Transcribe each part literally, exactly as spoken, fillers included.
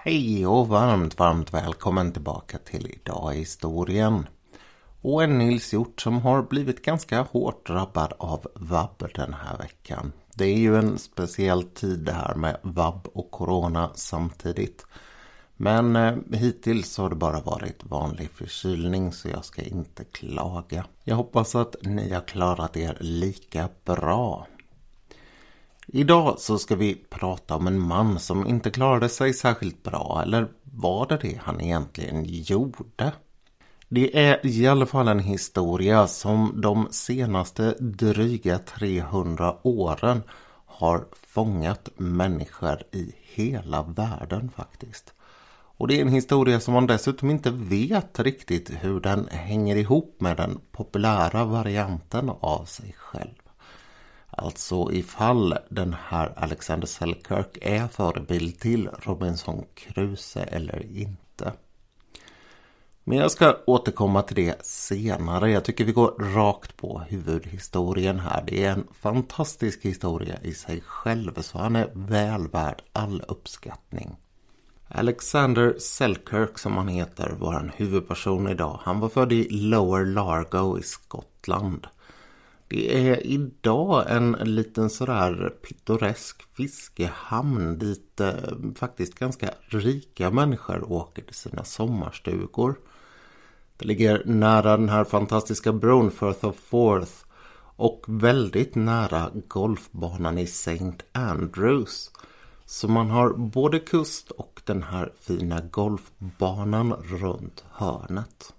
Hej och varmt, varmt välkommen tillbaka till Idag i historien. Och en Nils Hjort som har blivit ganska hårt drabbad av vab den här veckan. Det är ju en speciell tid det här med vab och corona samtidigt. Men eh, hittills har det bara varit vanlig förkylning så jag ska inte klaga. Jag hoppas att ni har klarat er lika bra. Idag så ska vi prata om en man som inte klarade sig särskilt bra, eller var det det han egentligen gjorde? Det är i alla fall en historia som de senaste dryga trehundra åren har fångat människor i hela världen faktiskt. Och det är en historia som man dessutom inte vet riktigt hur den hänger ihop med den populära varianten av sig själv. Alltså ifall den här Alexander Selkirk är förebild till Robinson Crusoe eller inte. Men jag ska återkomma till det senare. Jag tycker vi går rakt på huvudhistorien här. Det är en fantastisk historia i sig själv så han är väl värd all uppskattning. Alexander Selkirk som han heter var en huvudperson idag. Han var född i Lower Largo i Skottland. Det är idag en liten sådär pittoresk fiskehamn dit eh, faktiskt ganska rika människor åker till sina sommarstugor. Det ligger nära den här fantastiska bron Firth of Forth och väldigt nära golfbanan i Saint Andrews. Så man har både kust och den här fina golfbanan runt hörnet.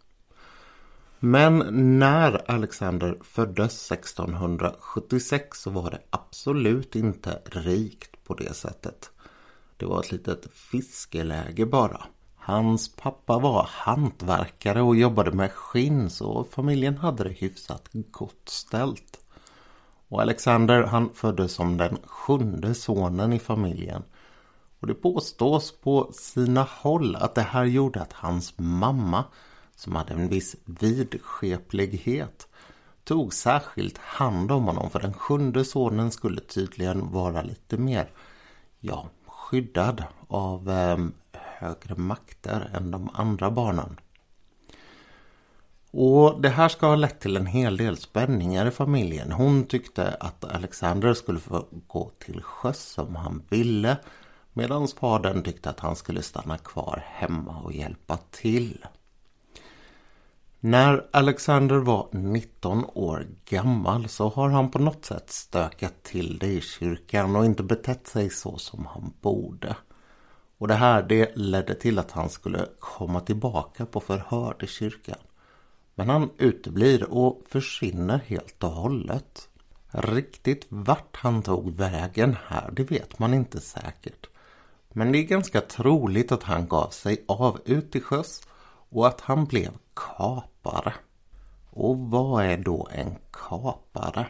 Men när Alexander föddes sextonhundrasjuttiosex så var det absolut inte rikt på det sättet. Det var ett litet fiskeläge bara. Hans pappa var hantverkare och jobbade med skinn så familjen hade det hyfsat gott ställt. Och Alexander han föddes som den sjunde sonen i familjen. Och det påstås på sina håll att det här gjorde att hans mamma som hade en viss vidskeplighet tog särskilt hand om honom för den sjunde sonen skulle tydligen vara lite mer ja, skyddad av eh, högre makter än de andra barnen. Och det här ska ha lett till en hel del spänningar i familjen. Hon tyckte att Alexander skulle få gå till sjöss om han ville medan fadern tyckte att han skulle stanna kvar hemma och hjälpa till. När Alexander var nitton år gammal så har han på något sätt stökat till det i kyrkan och inte betett sig så som han borde. Och det här det ledde till att han skulle komma tillbaka på förhör i kyrkan. Men han uteblir och försvinner helt och hållet. Riktigt vart han tog vägen här det vet man inte säkert. Men det är ganska troligt att han gav sig av ut i sjöss och att han blev kapare. Och vad är då en kapare?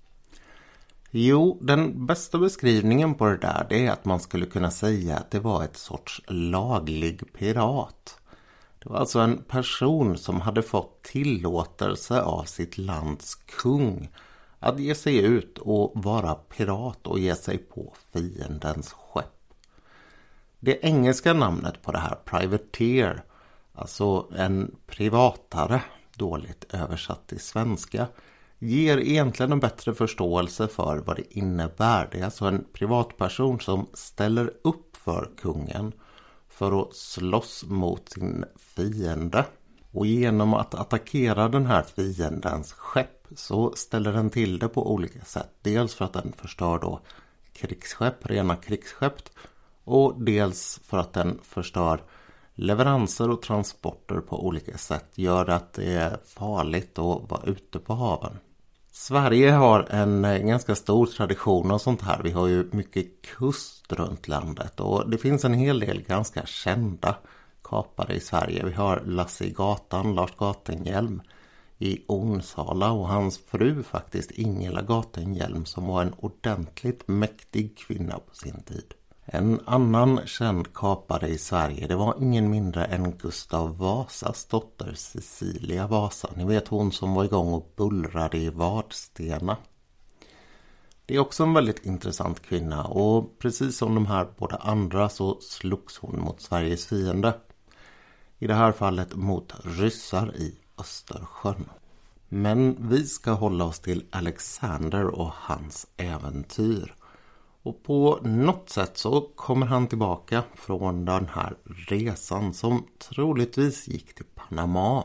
Jo, den bästa beskrivningen på det där det är att man skulle kunna säga att det var ett sorts laglig pirat. Det var alltså en person som hade fått tillåtelse av sitt lands kung att ge sig ut och vara pirat och ge sig på fiendens skepp. Det engelska namnet på det här, privateer, alltså en privatare, dåligt översatt till svenska, ger egentligen en bättre förståelse för vad det innebär. Det är alltså en privatperson som ställer upp för kungen för att slåss mot sin fiende. Och genom att attackera den här fiendens skepp så ställer den till det på olika sätt. Dels för att den förstör då krigsskepp, rena krigsskepp, och dels för att den förstör leveranser och transporter på olika sätt, gör att det är farligt att vara ute på haven. Sverige har en ganska stor tradition och sånt här. Vi har ju mycket kust runt landet och det finns en hel del ganska kända kapare i Sverige. Vi har Lasse i Gatan, Lars Gatenhjelm i Onsala och hans fru faktiskt Ingela Gatenhjelm som var en ordentligt mäktig kvinna på sin tid. En annan känd kapare i Sverige, det var ingen mindre än Gustav Vasas dotter Cecilia Vasa. Ni vet hon som var igång och bullrade i Vadstena. Det är också en väldigt intressant kvinna och precis som de här båda andra så slogs hon mot Sveriges fiende. I det här fallet mot ryssar i Östersjön. Men vi ska hålla oss till Alexander och hans äventyr. Och på något sätt så kommer han tillbaka från den här resan som troligtvis gick till Panama.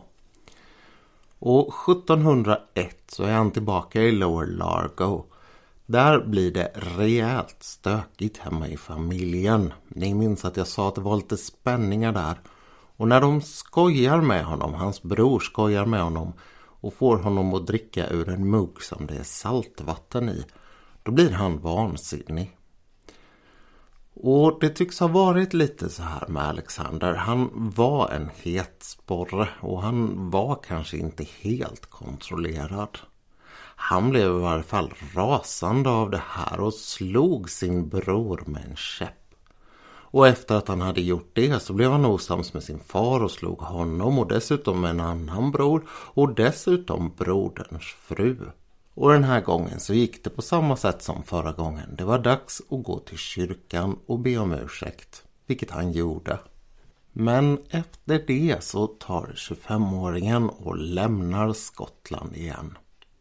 Och sjuttonhundraett så är han tillbaka i Lower Largo. Där blir det rejält stökigt hemma i familjen. Ni minns att jag sa att det var lite spänningar där. Och när de skojar med honom, hans bror skojar med honom och får honom att dricka ur en mugg som det är saltvatten i, då blir han vansinnig. Och det tycks ha varit lite så här med Alexander. Han var en het sporre och han var kanske inte helt kontrollerad. Han blev i varje fall rasande av det här och slog sin bror med en käpp. Och efter att han hade gjort det så blev han osams med sin far och slog honom och dessutom med en annan bror och dessutom broderns fru. Och den här gången så gick det på samma sätt som förra gången. Det var dags att gå till kyrkan och be om ursäkt, vilket han gjorde. Men efter det så tar tjugofemåringen och lämnar Skottland igen.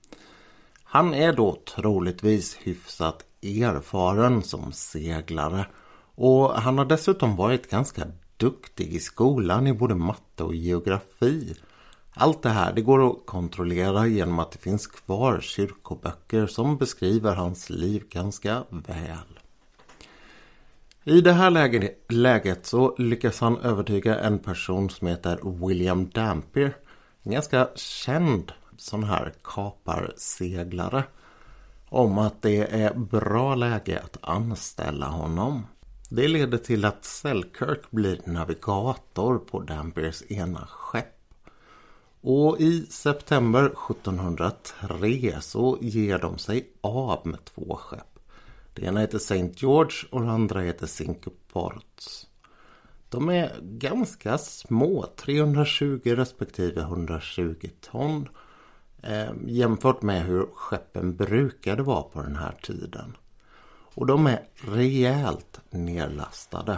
Han är då troligtvis hyfsat erfaren som seglare och han har dessutom varit ganska duktig i skolan i både matte och geografi. Allt det här det går att kontrollera genom att det finns kvar kyrkoböcker som beskriver hans liv ganska väl. I det här läget, läget så lyckas han övertyga en person som heter William Dampier, en ganska känd sån här kaparseglare, om att det är bra läge att anställa honom. Det leder till att Selkirk blir navigator på Dampiers ena skepp. Och i september sjuttonhundratre så ger de sig av med två skepp. Det ena heter Saint George och det andra heter Cinque Ports. De är ganska små, trehundratjugo respektive hundratjugo ton. Eh, jämfört med hur skeppen brukade vara på den här tiden. Och de är rejält nedlastade.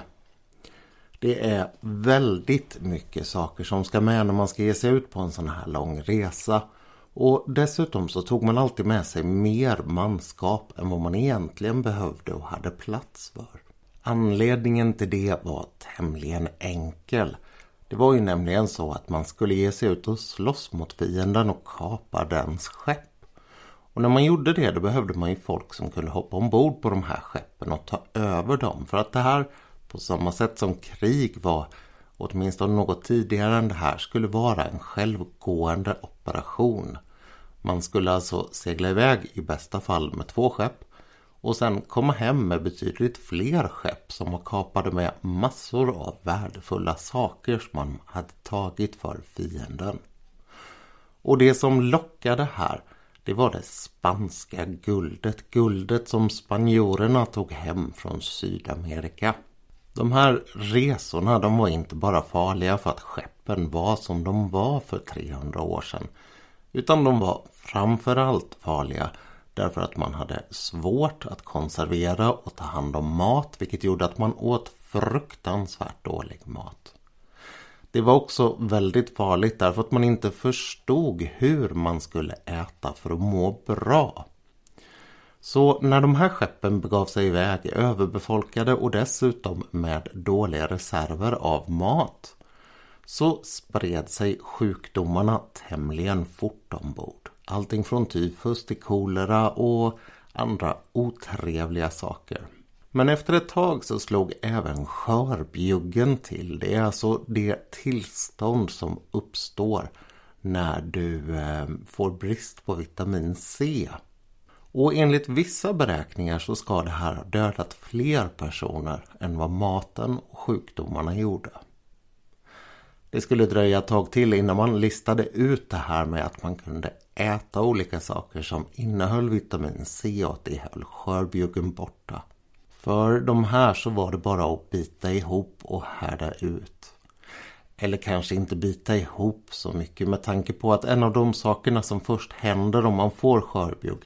Det är väldigt mycket saker som ska med när man ska ge sig ut på en sån här lång resa. Och dessutom så tog man alltid med sig mer manskap än vad man egentligen behövde och hade plats för. Anledningen till det var tämligen enkel. Det var ju nämligen så att man skulle ge sig ut och slåss mot fienden och kapa dens skepp. Och när man gjorde det då behövde man ju folk som kunde hoppa ombord på de här skeppen och ta över dem. För att det här, på samma sätt som krig var, åtminstone något tidigare än det här, skulle vara en självgående operation. Man skulle alltså segla iväg i bästa fall med två skepp och sen komma hem med betydligt fler skepp som var kapade med massor av värdefulla saker som man hade tagit för fienden. Och det som lockade här, det var det spanska guldet. Guldet som spanjorerna tog hem från Sydamerika. De här resorna de var inte bara farliga för att skeppen var som de var för trehundra år sedan. Utan de var framförallt farliga därför att man hade svårt att konservera och ta hand om mat. Vilket gjorde att man åt fruktansvärt dålig mat. Det var också väldigt farligt därför att man inte förstod hur man skulle äta för att må bra. Så när de här skeppen begav sig iväg överbefolkade och dessutom med dåliga reserver av mat, så spred sig sjukdomarna tämligen fort ombord. Allting från tyfus till kolera och andra otrevliga saker. Men efter ett tag så slog även skörbjuggen till. Det är alltså det tillstånd som uppstår när du eh, får brist på vitamin C. Och enligt vissa beräkningar så ska det här ha dödat fler personer än vad maten och sjukdomarna gjorde. Det skulle dröja ett tag till innan man listade ut det här med att man kunde äta olika saker som innehöll vitamin C och att det höll skörbjuggen borta. För de här så var det bara att bita ihop och härda ut. Eller kanske inte bita ihop så mycket med tanke på att en av de sakerna som först händer om man får skörbjugg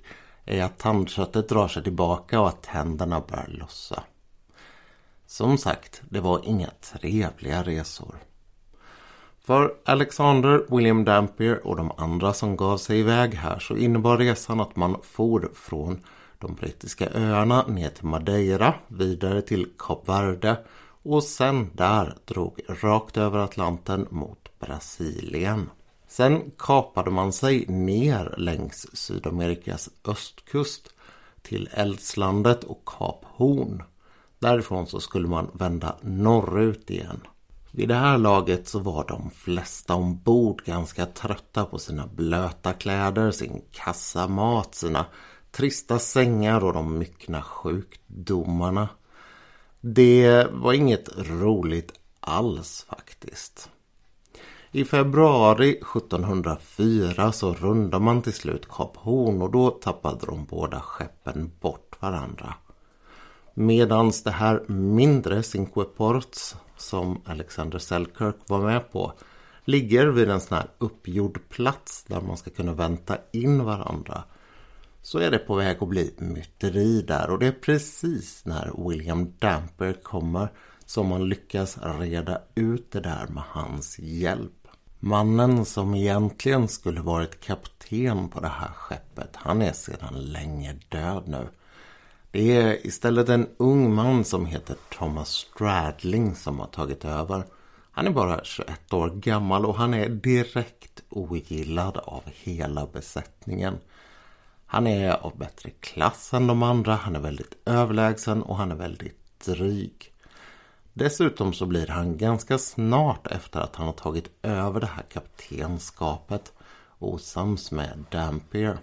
är att tandköttet drar sig tillbaka och att tänderna börjar lossa. Som sagt, det var inga trevliga resor. För Alexander, William Dampier och de andra som gav sig iväg här så innebar resan att man for från de brittiska öarna ner till Madeira, vidare till Kap Verde och sen där drog rakt över Atlanten mot Brasilien. Sen kapade man sig ner längs Sydamerikas östkust till Eldslandet och Kap Horn. Därifrån så skulle man vända norrut igen. Vid det här laget så var de flesta ombord ganska trötta på sina blöta kläder, sin kassamat, sina trista sängar och de myckna sjukdomarna. Det var inget roligt alls faktiskt. I februari sjuttonhundrafyra så rundade man till slut Kap Horn och då tappade de båda skeppen bort varandra. Medans det här mindre Cinque Ports som Alexander Selkirk var med på ligger vid en sån här uppgjord plats där man ska kunna vänta in varandra, så är det på väg att bli myteri där, och det är precis när William Dampier kommer som man lyckas reda ut det där med hans hjälp. Mannen som egentligen skulle varit kapten på det här skeppet, han är sedan länge död nu. Det är istället en ung man som heter Thomas Stradling som har tagit över. Han är bara tjugoett år gammal och han är direkt ogillad av hela besättningen. Han är av bättre klass än de andra, han är väldigt överlägsen och han är väldigt dryg. Dessutom så blir han ganska snart efter att han har tagit över det här kaptenskapet osams med Dampier.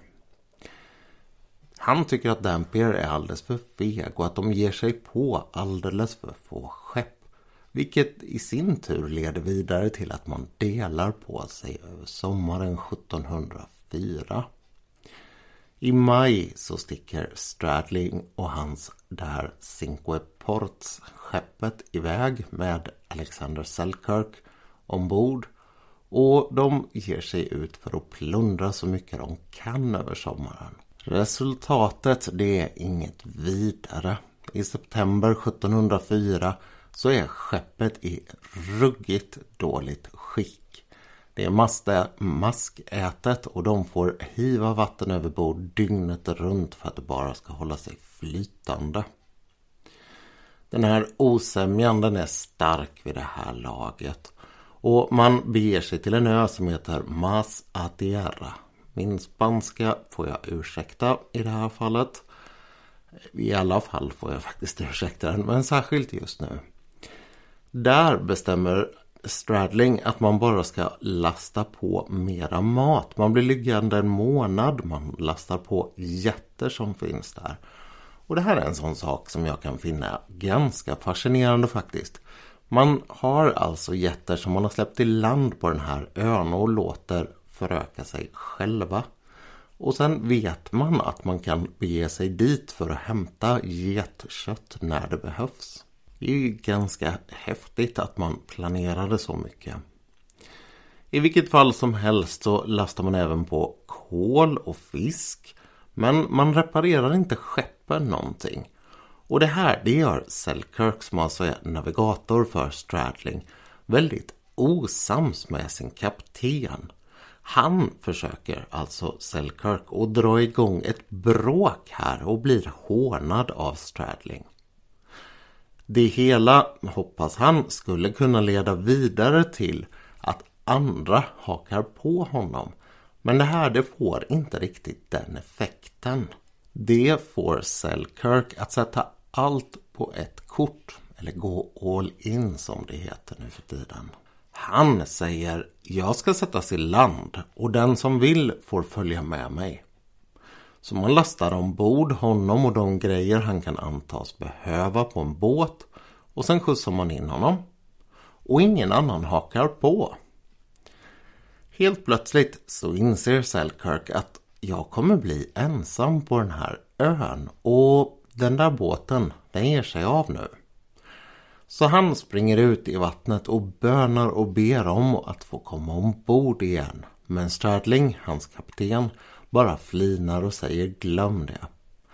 Han tycker att Dampier är alldeles för feg och att de ger sig på alldeles för få skepp. Vilket i sin tur leder vidare till att man delar på sig över sommaren sjuttonhundrafyra. I maj så sticker Stradling och hans där Cinque Ports skeppet iväg med Alexander Selkirk ombord. Och de ger sig ut för att plundra så mycket de kan över sommaren. Resultatet det är inget vidare. I september sjuttonhundrafyra så är skeppet i ruggigt dåligt skick. Det är maste, maskätet och de får hiva vatten över bord dygnet runt för att det bara ska hålla sig flytande. Den här osämjan den är stark vid det här laget. Och man beger sig till en ö som heter Mas a Tierra. Min spanska får jag ursäkta i det här fallet. I alla fall får jag faktiskt ursäkta den, men särskilt just nu. Där bestämmer Stradling att man bara ska lasta på mera mat. Man blir liggande en månad, man lastar på jätter som finns där. Och det här är en sån sak som jag kan finna ganska fascinerande faktiskt. Man har alltså jätter som man har släppt i land på den här ön och låter föröka sig själva. Och sen vet man att man kan bege sig dit för att hämta getkött när det behövs. Det är ju ganska häftigt att man planerade så mycket. I vilket fall som helst så lastar man även på kol och fisk. Men man reparerar inte skeppen någonting. Och det här det gör Selkirk, som alltså är navigator för Stradling, väldigt osams med sin kapten. Han försöker alltså Selkirk att dra igång ett bråk här och blir hånad av Stradling. Det hela hoppas han skulle kunna leda vidare till att andra hakar på honom. Men det här det får inte riktigt den effekten. Det får Selkirk att sätta allt på ett kort, eller gå all in som det heter nu för tiden. Han säger, jag ska sättas i land och den som vill får följa med mig. Så man lastar ombord honom och de grejer han kan antas behöva på en båt och sen skjutsar man in honom. Och ingen annan hakar på. Helt plötsligt så inser Selkirk att jag kommer bli ensam på den här ön och den där båten, den ger sig av nu. Så han springer ut i vattnet och bönar och ber om att få komma ombord igen. Men Stradling, hans kapten, bara flinar och säger glöm det.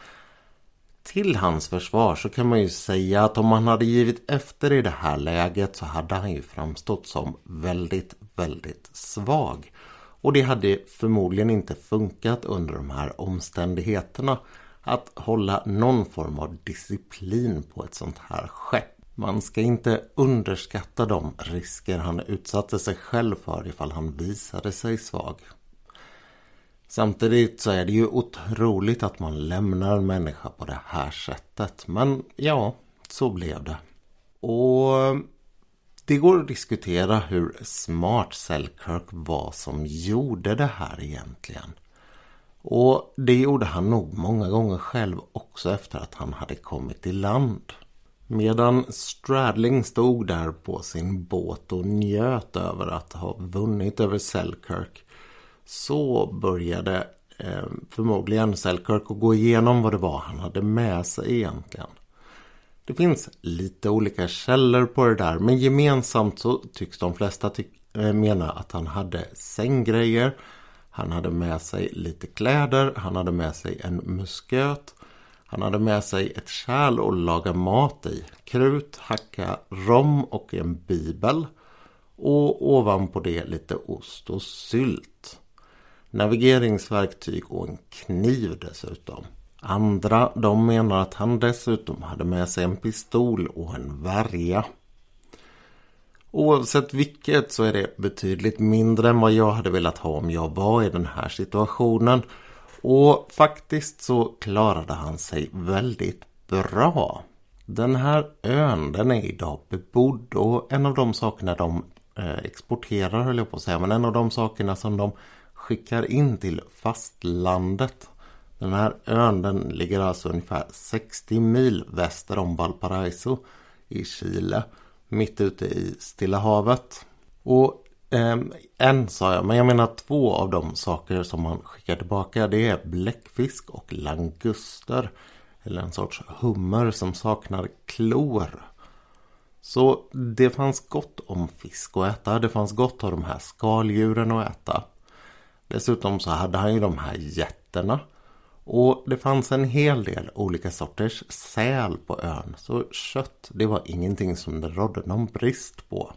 Till hans försvar så kan man ju säga att om han hade givit efter i det här läget så hade han ju framstått som väldigt, väldigt svag. Och det hade förmodligen inte funkat under de här omständigheterna att hålla någon form av disciplin på ett sånt här skepp. Man ska inte underskatta de risker han utsatte sig själv för ifall han visade sig svag. Samtidigt så är det ju otroligt att man lämnar en människa på det här sättet. Men ja, så blev det. Och det går att diskutera hur smart Selkirk var som gjorde det här egentligen. Och det gjorde han nog många gånger själv också efter att han hade kommit i land. Medan Stradling stod där på sin båt och njöt över att ha vunnit över Selkirk, så började eh, förmodligen Selkirk att gå igenom vad det var han hade med sig egentligen. Det finns lite olika källor på det där, men gemensamt så tycks de flesta ty- äh, mena att han hade sänggrejer, han hade med sig lite kläder, han hade med sig en musköt, han hade med sig ett kärl att laga mat i, krut, hacka, rom och en bibel, och ovanpå det lite ost och sylt. Navigeringsverktyg och en kniv dessutom. Andra, de menar att han dessutom hade med sig en pistol och en värja. Oavsett vilket så är det betydligt mindre än vad jag hade velat ha om jag var i den här situationen. Och faktiskt så klarade han sig väldigt bra. Den här ön, den är idag bebodd, och en av de sakerna de eh, exporterar, höll jag på att säga, men en av de sakerna som de skickar in till fastlandet. Den här ön, den ligger alltså ungefär sextio mil väster om Valparaiso i Chile, mitt ute i Stilla havet. Och eh, en sa jag, men jag menar två av de saker som man skickar tillbaka, det är bläckfisk och languster, eller en sorts hummer som saknar klor. Så det fanns gott om fisk att äta, det fanns gott av de här skaldjuren att äta. Dessutom så hade han ju de här jätterna. Och det fanns en hel del olika sorters säl på ön. Så kött, det var ingenting som det rådde någon brist på.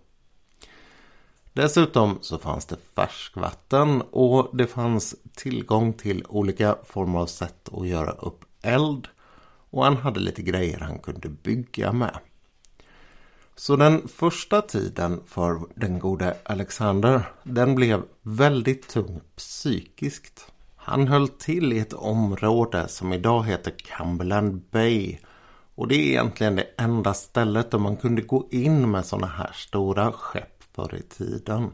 Dessutom så fanns det färskvatten, och det fanns tillgång till olika former av sätt att göra upp eld. Och han hade lite grejer han kunde bygga med. Så den första tiden för den gode Alexander, den blev väldigt tung psykiskt. Han höll till i ett område som idag heter Cumberland Bay. Och det är egentligen det enda stället där man kunde gå in med såna här stora skepp förr i tiden.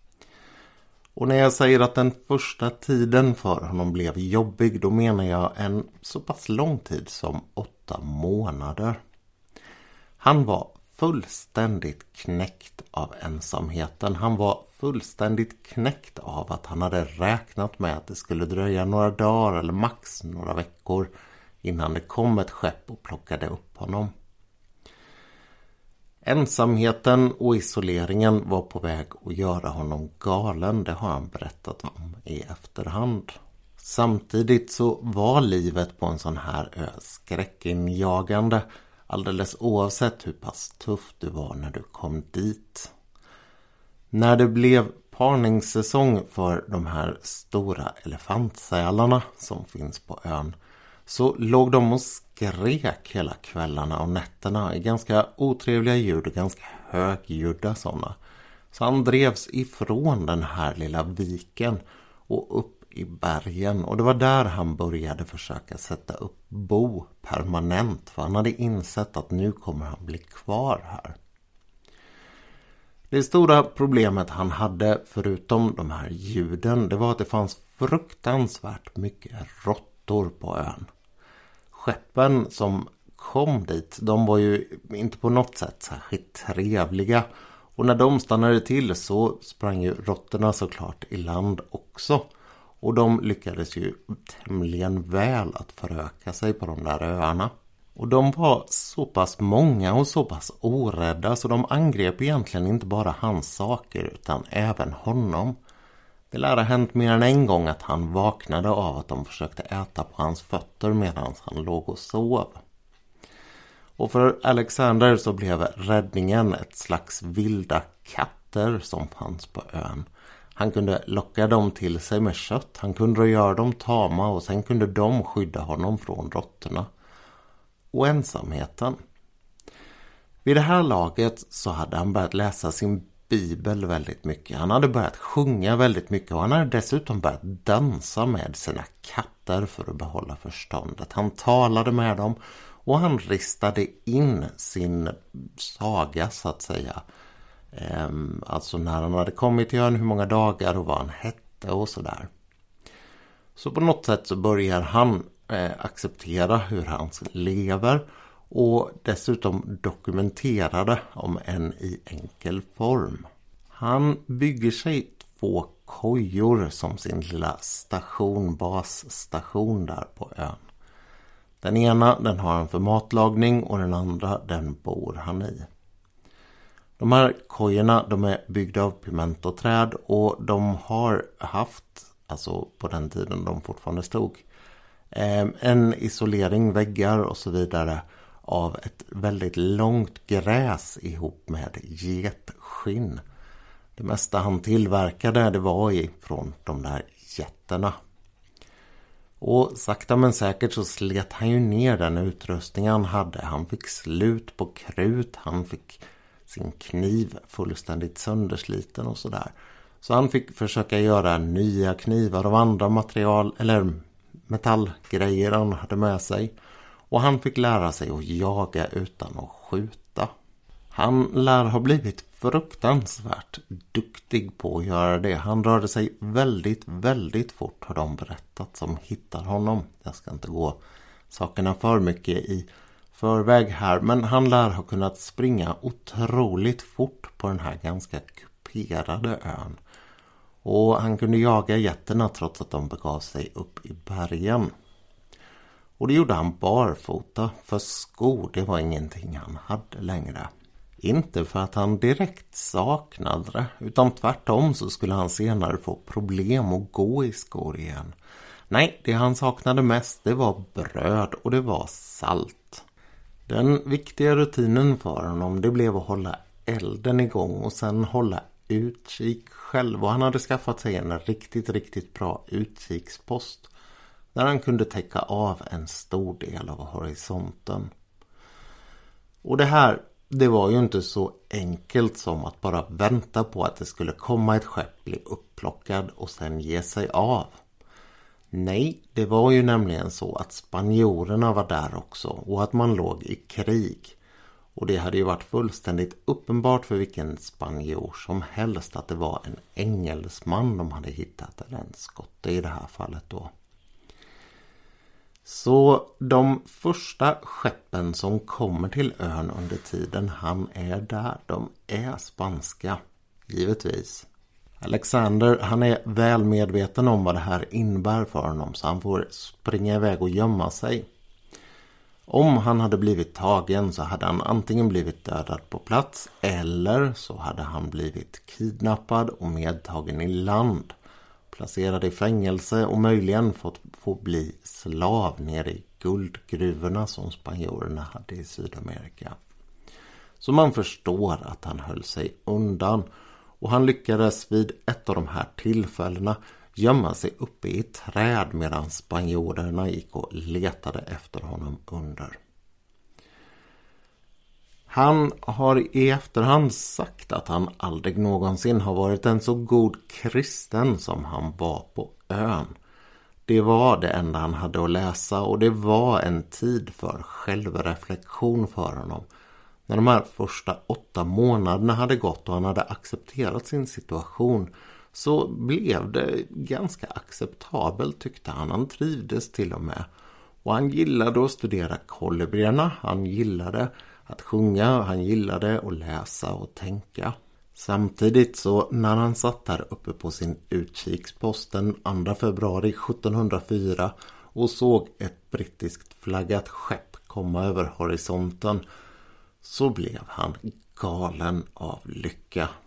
Och när jag säger att den första tiden för honom blev jobbig, då menar jag en så pass lång tid som åtta månader. Han var fullständigt knäckt av ensamheten. Han var fullständigt knäckt av att han hade räknat med att det skulle dröja några dagar eller max några veckor innan det kom ett skepp och plockade upp honom. Ensamheten och isoleringen var på väg att göra honom galen, det har han berättat om i efterhand. Samtidigt så var livet på en sån här ö skräckinjagande, alldeles oavsett hur pass tuff du var när du kom dit. När det blev parningssäsong för de här stora elefantsälarna som finns på ön, så låg de och skrek hela kvällarna och nätterna i ganska otrevliga ljud och ganska högljudda sådana. Så han drevs ifrån den här lilla viken och upp i bergen, och det var där han började försöka sätta upp bo permanent, för han hade insett att nu kommer han bli kvar här. Det stora problemet han hade förutom de här ljuden, det var att det fanns fruktansvärt mycket råttor på ön. Skeppen som kom dit, de var ju inte på något sätt särskilt trevliga, och när de stannade till så sprang ju råttorna såklart i land också. Och de lyckades ju tämligen väl att föröka sig på de där öarna. Och de var så pass många och så pass orädda, så de angrep egentligen inte bara hans saker utan även honom. Det lär ha hänt mer än en gång att han vaknade av att de försökte äta på hans fötter medan han låg och sov. Och för Alexander så blev räddningen ett slags vilda katter som fanns på ön. Han kunde locka dem till sig med kött, han kunde göra dem tama och sen kunde de skydda honom från råttorna. Och ensamheten. Vid det här laget så hade han börjat läsa sin bibel väldigt mycket. Han hade börjat sjunga väldigt mycket och han hade dessutom börjat dansa med sina katter för att behålla förståndet. Han talade med dem och han ristade in sin saga så att säga. Ehm, alltså när han hade kommit till ön, hur många dagar och vad han hette och sådär. Så på något sätt så börjar han eh, acceptera hur han lever och dessutom dokumenterade om en i enkel form. Han bygger sig två kojor som sin lilla station, basstation där på ön. Den ena den har han för matlagning och den andra den bor han i. De här kojorna de är byggda av pimentoträd och de har haft, alltså på den tiden de fortfarande stod, en isolering, väggar och så vidare av ett väldigt långt gräs ihop med getskinn. Det mesta han tillverkade det var ifrån de där getterna. Och sakta men säkert så slet han ju ner den utrustning han hade. Han fick slut på krut, han fick sin kniv fullständigt söndersliten och sådär. Så han fick försöka göra nya knivar av andra material eller metallgrejer han hade med sig. Och han fick lära sig att jaga utan att skjuta. Han lär ha blivit fruktansvärt duktig på att göra det. Han rörde sig väldigt, väldigt fort har de berättat som hittar honom. Jag ska inte gå sakerna för mycket i förväg här. Men han lär ha kunnat springa otroligt fort på den här ganska kuperade ön. Och han kunde jaga getterna trots att de begav sig upp i bergen. Och det gjorde han barfota, för skor det var ingenting han hade längre. Inte för att han direkt saknade det, utan tvärtom så skulle han senare få problem att gå i skor igen. Nej, det han saknade mest det var bröd och det var salt. Den viktiga rutinen för honom det blev att hålla elden igång och sen hålla utkik själv. Och han hade skaffat sig en riktigt, riktigt bra utkikspost där han kunde täcka av en stor del av horisonten. Och det här, det var ju inte så enkelt som att bara vänta på att det skulle komma ett skepp, bli upplockad och sen ge sig av. Nej, det var ju nämligen så att spanjorerna var där också och att man låg i krig. Och det hade ju varit fullständigt uppenbart för vilken spanjor som helst att det var en engelsman de hade hittat, eller en skotte i det här fallet då. Så de första skeppen som kommer till ön under tiden han är där, de är spanska, givetvis. Alexander, han är väl medveten om vad det här innebär för honom så han får springa iväg och gömma sig. Om han hade blivit tagen så hade han antingen blivit dödad på plats eller så hade han blivit kidnappad och medtagen i land. Placerad i fängelse och möjligen fått få bli slav nere i guldgruvorna som spanjorerna hade i Sydamerika. Så man förstår att han höll sig undan och han lyckades vid ett av de här tillfällena gömma sig uppe i ett träd medan spanjorerna gick och letade efter honom under. Han har i efterhand sagt att han aldrig någonsin har varit en så god kristen som han var på ön. Det var det enda han hade att läsa och det var en tid för självreflektion för honom. När de här första åtta månaderna hade gått och han hade accepterat sin situation så blev det ganska acceptabelt tyckte han. Han trivdes till och med. Och han gillade att studera kolibrierna, han gillade att sjunga, han gillade att läsa och tänka. Samtidigt så när han satt där uppe på sin utkikspost den andra februari sjuttonhundrafyra och såg ett brittiskt flaggat skepp komma över horisonten så blev han galen av lycka.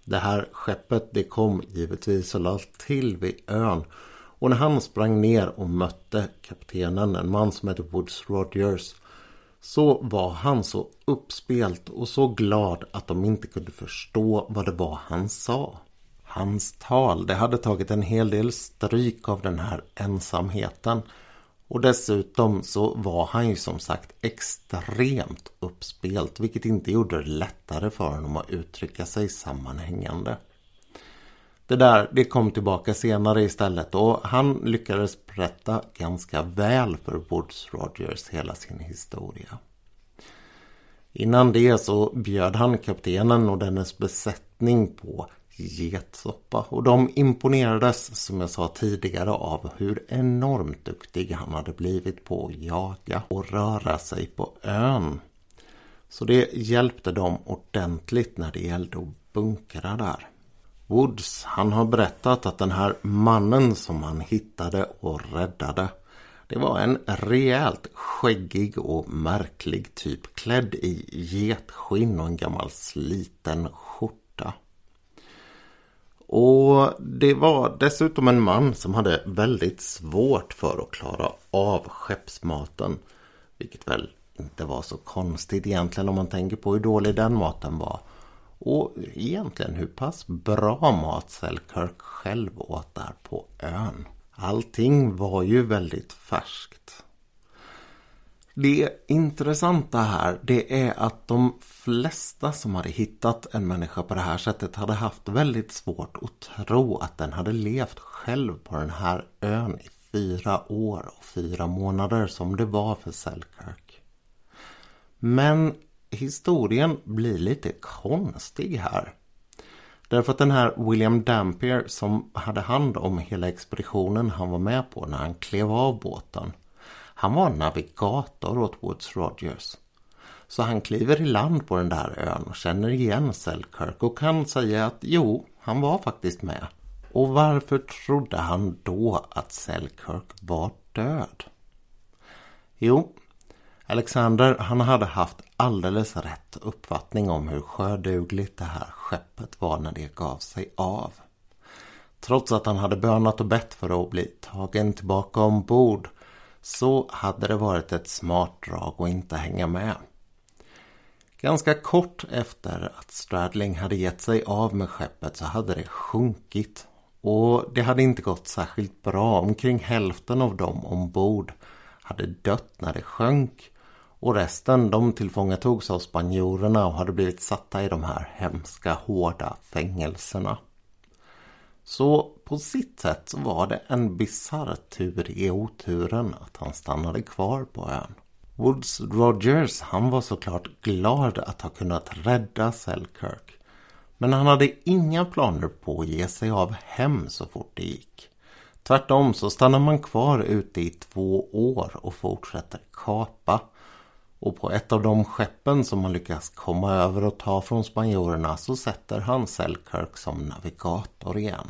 Det här skeppet det kom givetvis och lade till vid ön. Och när han sprang ner och mötte kaptenen, en man som hette Woodes Rogers, så var han så uppspelt och så glad att de inte kunde förstå vad det var han sa. Hans tal, det hade tagit en hel del stryk av den här ensamheten. Och dessutom så var han ju som sagt extremt uppspelt, vilket inte gjorde det lättare för honom att uttrycka sig sammanhängande. Det där, det kom tillbaka senare istället och han lyckades berätta ganska väl för Woodes Rogers hela sin historia. Innan det så bjöd han kaptenen och dennes besättning på getsoppa och de imponerades, som jag sa tidigare, av hur enormt duktig han hade blivit på att jaga och röra sig på ön. Så det hjälpte dem ordentligt när det gällde att bunkra där. Woodes, han har berättat att den här mannen som han hittade och räddade, det var en rejält skäggig och märklig typ klädd i getskinn och en gammal sliten skjorta. Och det var dessutom en man som hade väldigt svårt för att klara av skeppsmaten, vilket väl inte var så konstigt egentligen om man tänker på hur dålig den maten var. Och egentligen hur pass bra mat Selkirk själv åt där på ön. Allting var ju väldigt färskt. Det intressanta här, det är att de flesta som hade hittat en människa på det här sättet hade haft väldigt svårt att tro att den hade levt själv på den här ön i fyra år och fyra månader som det var för Selkirk. Men historien blir lite konstig här. Därför att den här William Dampier som hade hand om hela expeditionen han var med på när han klev av båten, han var navigator åt Woodes Rogers. Så han kliver i land på den där ön och känner igen Selkirk och kan säga att jo, han var faktiskt med. Och varför trodde han då att Selkirk var död? Jo, Alexander, han hade haft alldeles rätt uppfattning om hur sjödugligt det här skeppet var när det gav sig av. Trots att han hade bönat och bett för att bli tagen tillbaka ombord, så hade det varit ett smart drag att inte hänga med. Ganska kort efter att Stradling hade gett sig av med skeppet så hade det sjunkit. Och det hade inte gått särskilt bra. Omkring hälften av dem ombord hade dött när det sjönk. Och resten, de tillfångatogs av spanjorerna och hade blivit satta i de här hemska, hårda fängelserna. Så på sitt sätt så var det en bizarr tur i oturen att han stannade kvar på ön. Woodes Rogers, han var såklart glad att ha kunnat rädda Selkirk. Men han hade inga planer på att ge sig av hem så fort det gick. Tvärtom så stannar man kvar ute i två år och fortsätter kapa. Och på ett av de skeppen som man lyckas komma över och ta från spanjorerna så sätter han Selkirk som navigator igen.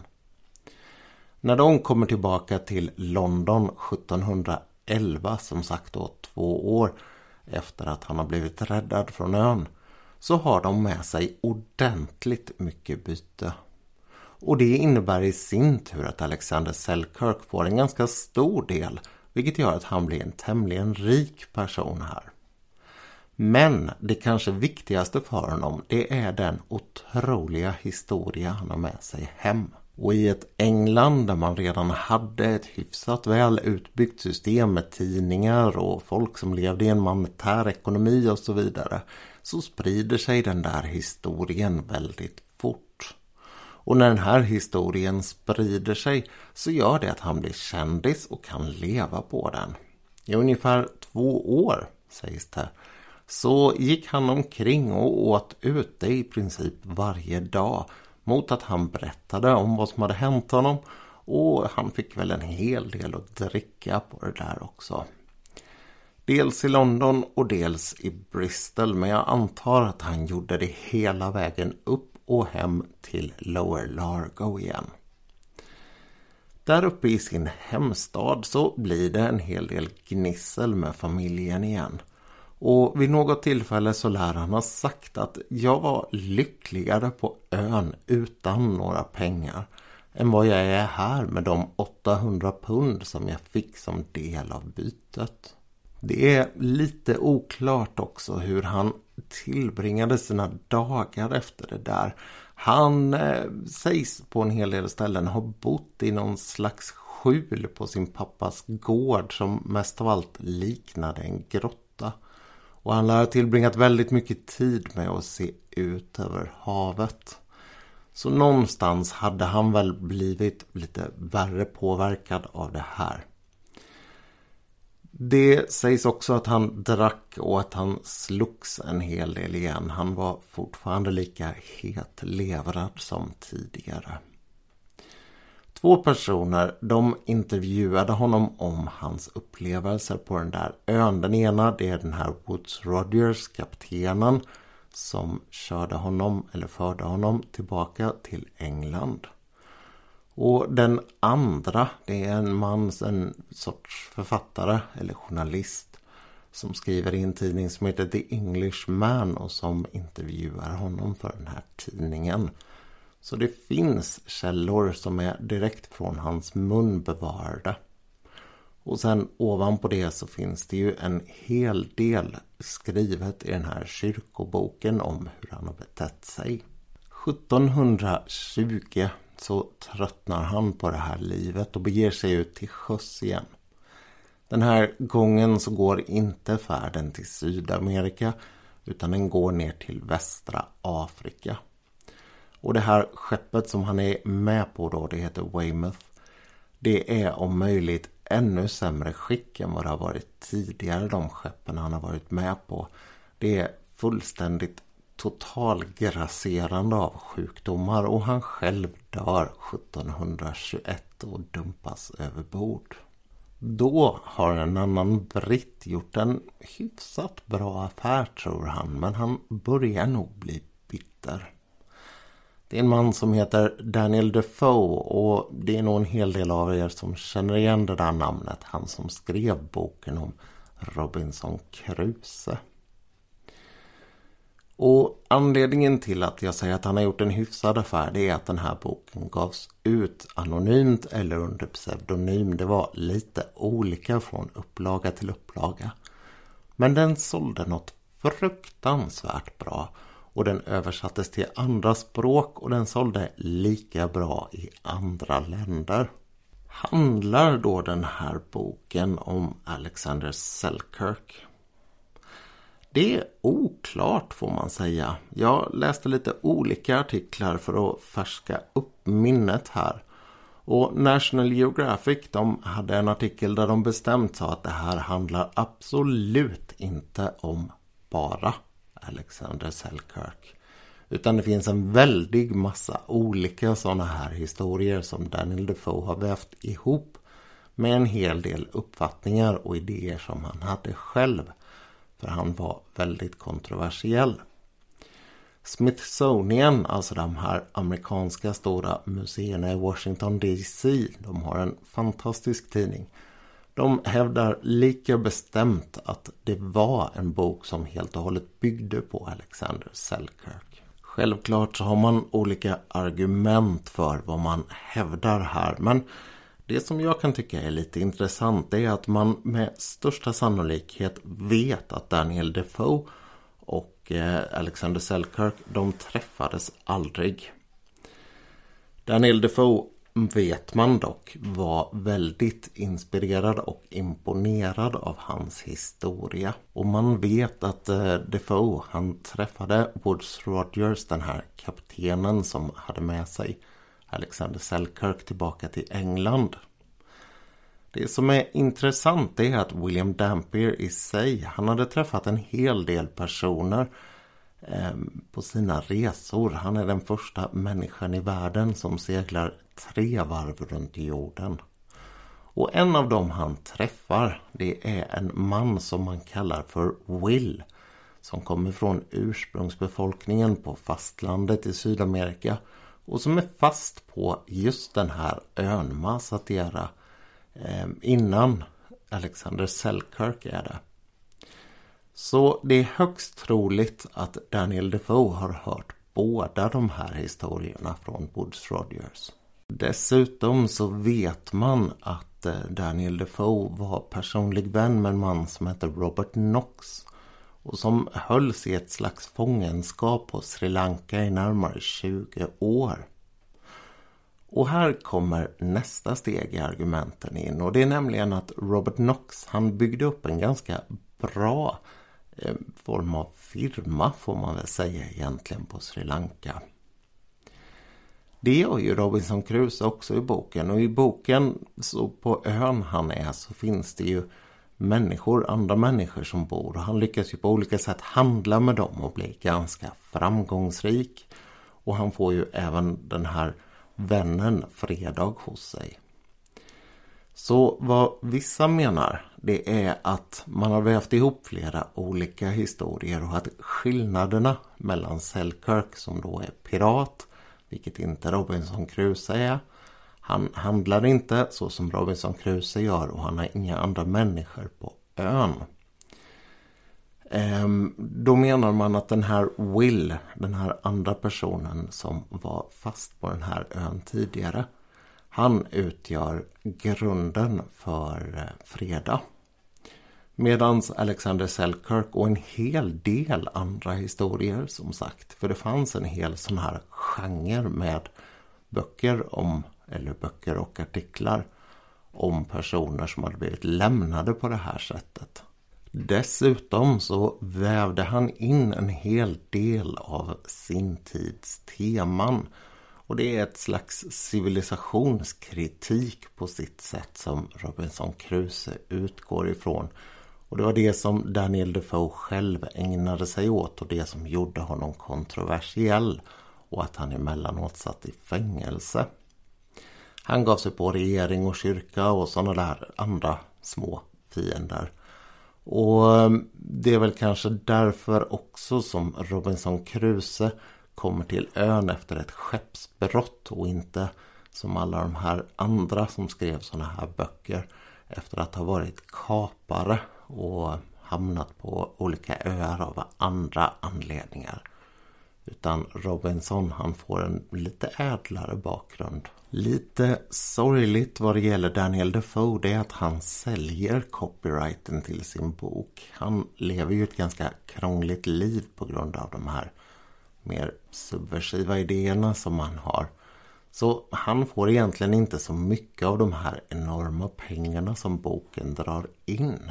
När de kommer tillbaka till London sjuttonhundraelva, som sagt då två år efter att han har blivit räddad från ön, så har de med sig ordentligt mycket byte. Och det innebär i sin tur att Alexander Selkirk får en ganska stor del, vilket gör att han blir en tämligen rik person här. Men det kanske viktigaste för honom, det är den otroliga historia han har med sig hem. Och i ett England där man redan hade ett hyfsat väl utbyggt system med tidningar och folk som levde i en monetär ekonomi och så vidare, så sprider sig den där historien väldigt fort. Och när den här historien sprider sig så gör det att han blir kändis och kan leva på den. I ungefär två år, sägs det, så gick han omkring och åt ute i princip varje dag mot att han berättade om vad som hade hänt honom, och han fick väl en hel del att dricka på det där också. Dels i London och dels i Bristol, men jag antar att han gjorde det hela vägen upp och hem till Lower Largo igen. Där uppe i sin hemstad så blir det en hel del gnissel med familjen igen. Och vid något tillfälle så lär han ha sagt att jag var lyckligare på ön utan några pengar än vad jag är här med de åttahundra pund som jag fick som del av bytet. Det är lite oklart också hur han tillbringade sina dagar efter det där. Han eh, sägs på en hel del ställen ha bott i någon slags skjul på sin pappas gård som mest av allt liknade en grotta. Och han har tillbringat väldigt mycket tid med att se ut över havet. Så någonstans hade han väl blivit lite värre påverkad av det här. Det sägs också att han drack och att han slogs en hel del igen. Han var fortfarande lika hetlevrad som tidigare. Två personer, de intervjuade honom om hans upplevelser på den där ön. Den ena, det är den här Woodes Rogers, kaptenen, som körde honom eller förde honom tillbaka till England. Och den andra, det är en man, en sorts författare eller journalist som skriver i en tidning som heter The Englishman och som intervjuar honom för den här tidningen. Så det finns källor som är direkt från hans mun bevarade. Och sen ovanpå det så finns det ju en hel del skrivet i den här kyrkoboken om hur han har betett sig. sjuttonhundratjugo så tröttnar han på det här livet och beger sig ut till sjöss igen. Den här gången så går inte färden till Sydamerika utan den går ner till västra Afrika. Och det här skeppet som han är med på då, det heter Weymouth. Det är om möjligt ännu sämre skick än vad det har varit tidigare, de skeppen han har varit med på. Det är fullständigt totalgrasserande av sjukdomar och han själv dör sjuttonhundratjugoett och dumpas över bord. Då har en annan britt gjort en hyfsat bra affär, tror han, men han börjar nog bli bitter. Det är en man som heter Daniel Defoe och det är nog en hel del av er som känner igen det där namnet. Han som skrev boken om Robinson Crusoe. Och anledningen till att jag säger att han har gjort en hyfsad affär, det är att den här boken gavs ut anonymt eller under pseudonym. Det var lite olika från upplaga till upplaga. Men den sålde något fruktansvärt bra. Och den översattes till andra språk och den sålde lika bra i andra länder. Handlar då den här boken om Alexander Selkirk? Det är oklart, får man säga. Jag läste lite olika artiklar för att färska upp minnet här. Och National Geographic, de hade en artikel där de bestämt sa att det här handlar absolut inte om bara Alexander Selkirk. Utan det finns en väldig massa olika sådana här historier som Daniel Defoe har vävt ihop med en hel del uppfattningar och idéer som han hade själv. För han var väldigt kontroversiell. Smithsonian, alltså de här amerikanska stora museerna i Washington D C, de har en fantastisk tidning. De hävdar lika bestämt att det var en bok som helt och hållet byggde på Alexander Selkirk. Självklart så har man olika argument för vad man hävdar här, men det som jag kan tycka är lite intressant är att man med största sannolikhet vet att Daniel Defoe och Alexander Selkirk, de träffades aldrig. Daniel Defoe vet man dock var väldigt inspirerad och imponerad av hans historia. Och man vet att Defoe, han träffade Woodes Rogers, den här kaptenen som hade med sig Alexander Selkirk tillbaka till England. Det som är intressant är att William Dampier i sig, han hade träffat en hel del personer eh, på sina resor. Han är den första människan i världen som seglar tre varv runt jorden. Och en av dem han träffar, det är en man som man kallar för Will, som kommer från ursprungsbefolkningen på fastlandet i Sydamerika och som är fast på just den här ön Massaterra eh, innan Alexander Selkirk är det. Så det är högst troligt att Daniel Defoe har hört båda de här historierna från Woodes Rogers. Dessutom så vet man att Daniel Defoe var personlig vän med en man som heter Robert Knox och som hölls i ett slags fångenskap på Sri Lanka i närmare tjugo år. Och här kommer nästa steg i argumenten in, och det är nämligen att Robert Knox, han byggde upp en ganska bra eh, form av firma, får man väl säga egentligen, på Sri Lanka. Det gör ju Robinson Crusoe också i boken, och i boken så på ön han är så finns det ju människor, andra människor som bor, och han lyckas ju på olika sätt handla med dem och bli ganska framgångsrik, och han får ju även den här vännen Fredag hos sig. Så vad vissa menar, det är att man har vävt ihop flera olika historier och att skillnaderna mellan Selkirk, som då är pirat, vilket inte Robinson Crusoe är, han handlar inte så som Robinson Crusoe gör, och han har inga andra människor på ön. Ehm, då menar man att den här Will, den här andra personen som var fast på den här ön tidigare, han utgör grunden för Fredag. Medan Alexander Selkirk och en hel del andra historier, som sagt, för det fanns en hel sån här genre med böcker om, eller böcker och artiklar om personer som hade blivit lämnade på det här sättet. Dessutom så vävde han in en hel del av sin tids teman, och det är ett slags civilisationskritik på sitt sätt som Robinson Crusoe utgår ifrån. Och det var det som Daniel Defoe själv ägnade sig åt, och det som gjorde honom kontroversiell, och att han emellanåt satt i fängelse. Han gav sig på regering och kyrka och sådana där andra små fiender. Och det är väl kanske därför också som Robinson Crusoe kommer till ön efter ett skeppsbrott, och inte som alla de här andra som skrev sådana här böcker efter att ha varit kapare och hamnat på olika öar av andra anledningar. Utan Robinson, han får en lite ädlare bakgrund. Lite sorgligt vad det gäller Daniel Defoe, det är att han säljer copyrighten till sin bok. Han lever ju ett ganska krångligt liv på grund av de här mer subversiva idéerna som han har. Så han får egentligen inte så mycket av de här enorma pengarna som boken drar in.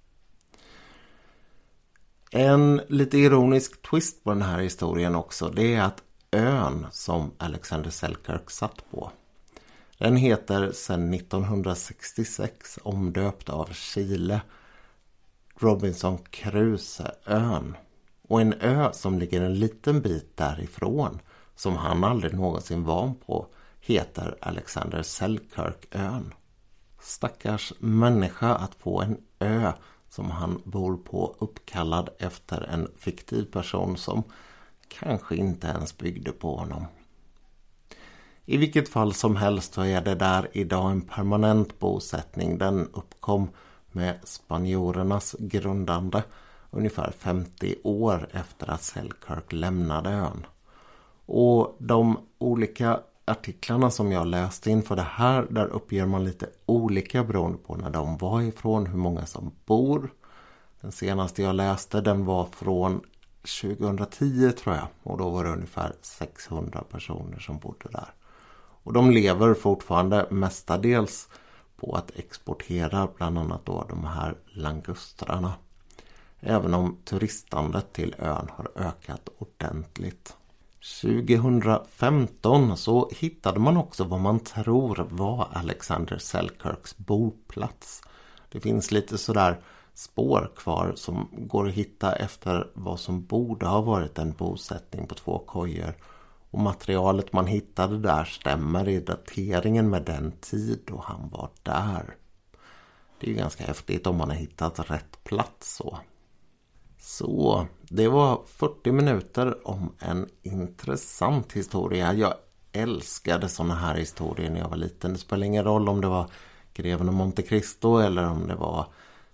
En lite ironisk twist på den här historien också, det är att ön som Alexander Selkirk satt på, den heter sedan nittonhundrasextiosex, omdöpt av Chile, Robinson Crusoe-ön. Och en ö som ligger en liten bit därifrån, som han aldrig någonsin var på, heter Alexander Selkirk-ön. Stackars människa att få en ö som han bor på uppkallad efter en fiktiv person som kanske inte ens byggde på honom. I vilket fall som helst så är det där idag en permanent bosättning. Den uppkom med spanjorernas grundande ungefär femtio år efter att Selkirk lämnade ön. Och de olika artiklarna som jag läste inför det här, där uppger man lite olika beroende på när de var ifrån, hur många som bor. Den senaste jag läste, den var från tjugohundratio tror jag, och då var det ungefär sexhundra personer som bodde där. Och de lever fortfarande mestadels på att exportera bland annat då de här langustrarna. Även om turistandet till ön har ökat ordentligt. tjugohundrafemton så hittade man också vad man tror var Alexander Selkirks boplats. Det finns lite sådär spår kvar som går att hitta efter vad som borde ha varit en bosättning på två kojor. Och materialet man hittade där stämmer i dateringen med den tid då han var där. Det är ju ganska häftigt om man har hittat rätt plats så. Så, det var fyrtio minuter om en intressant historia. Jag älskade såna här historier när jag var liten. Det spelar ingen roll om det var Greven av Monte Cristo eller om det var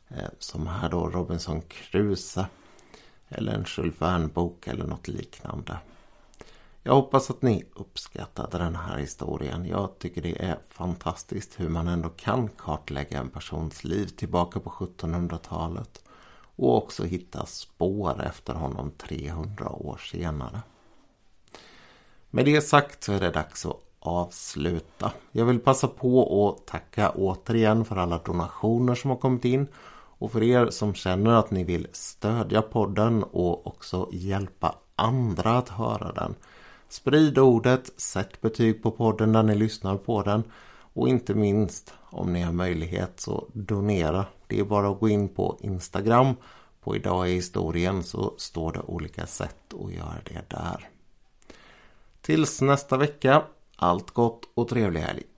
Eh, som här då Robinson Crusoe. Eller en Jules Verne-bok eller något liknande. Jag hoppas att ni uppskattade den här historien. Jag tycker det är fantastiskt hur man ändå kan kartlägga en persons liv tillbaka på sjuttonhundratalet. Och också hitta spår efter honom trehundra år senare. Med det sagt så är det dags att avsluta. Jag vill passa på att tacka återigen för alla donationer som har kommit in. Och för er som känner att ni vill stödja podden och också hjälpa andra att höra den. Sprid ordet, sätt betyg på podden när ni lyssnar på den. Och inte minst om ni har möjlighet så donera. Det är bara att gå in på Instagram. På Idag i historien så står det olika sätt att göra det där. Tills nästa vecka, allt gott och trevlig helg.